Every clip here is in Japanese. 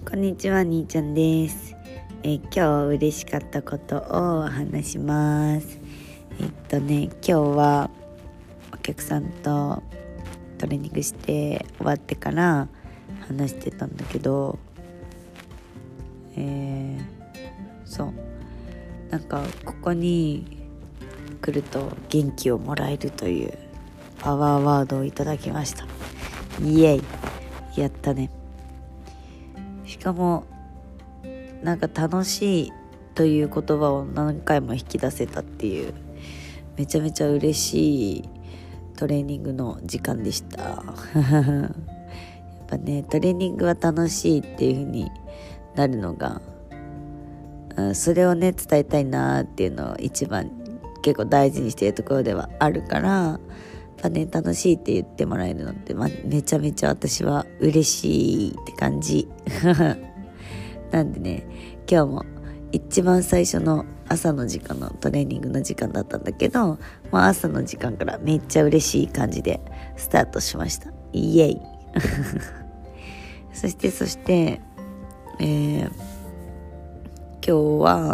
こんにちは、にーちゃんです。今日嬉しかったことを話します。今日はお客さんとトレーニングして終わってから話してたんだけど、なんかここに来ると元気をもらえるというパワーワードをいただきました。イエイ、やったね。しかもなんか楽しいという言葉を何回も引き出せたっていうめちゃめちゃ嬉しいトレーニングの時間でしたやっぱね、トレーニングは楽しいっていう風になるのが、それをね伝えたいなっていうのを一番結構大事にしているところではあるから、やっぱね楽しいって言ってもらえるのって、めちゃめちゃ私は嬉しいって感じなんでね、今日も一番最初の朝の時間のトレーニングの時間だったんだけど、朝の時間からめっちゃ嬉しい感じでスタートしました。イエイそして、今日は、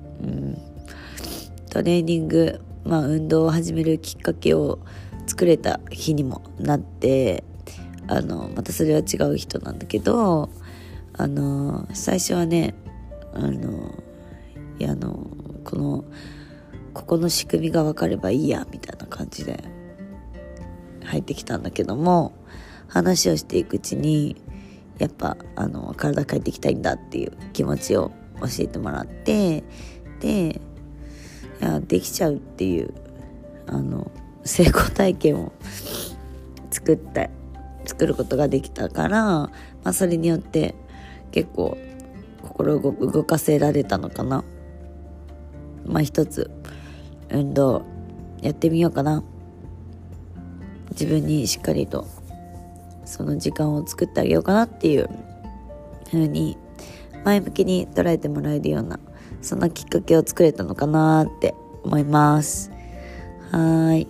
トレーニング、運動を始めるきっかけを作れた日にもなって、またそれは違う人なんだけど、最初はね、ここの仕組みが分かればいいやみたいな感じで入ってきたんだけども、話をしていくうちにやっぱ体変えていきたいんだっていう気持ちを教えてもらって、でできちゃうっていう成功体験を作ることができたから、それによって結構心を動かせられたのかな。一つ運動やってみようかな、自分にしっかりとその時間を作ってあげようかなっていう風に前向きに捉えてもらえるような、そんなきっかけを作れたのかなって思います。はい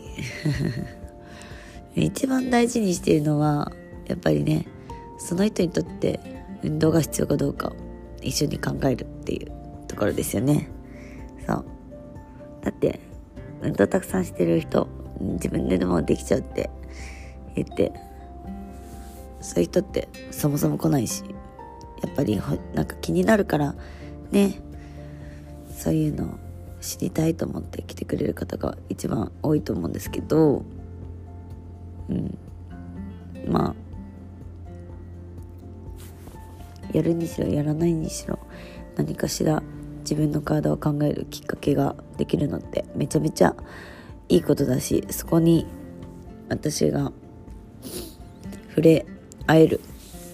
一番大事にしているのはやっぱりね、その人にとって運動が必要かどうかを一緒に考えるっていうところですよね。そうだって運動たくさんしてる人、自分でもできちゃうって言ってそういう人ってそもそも来ないし、やっぱりなんか気になるからね、そういうのを知りたいと思って来てくれる方が一番多いと思うんですけど、やるにしろやらないにしろ何かしら自分の体を考えるきっかけができるのってめちゃめちゃいいことだし、そこに私が触れ合える、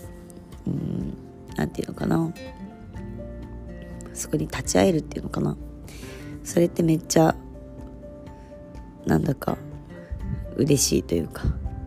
なんていうのかな、そこに立ち会えるっていうのかな、それってめっちゃなんだか嬉しいというか、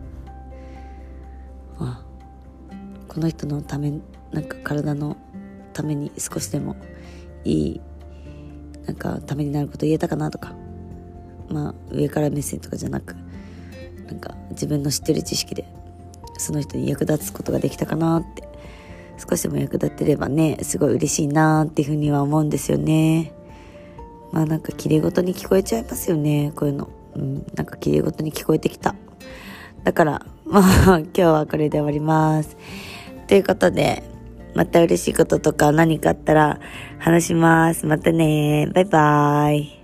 この人のため、なんか体のために少しでもいいなんかためになること言えたかなとか、上から目線とかじゃなく、なんか自分の知ってる知識でその人に役立つことができたかなって、少しでも役立ってればね、すごい嬉しいなっていうふうには思うんですよね。なんか綺麗事に聞こえちゃいますよね、こういうの。なんか綺麗事に聞こえてきた。だから今日はこれで終わります。ということで、また嬉しいこととか何かあったら話します。またね、バイバイ。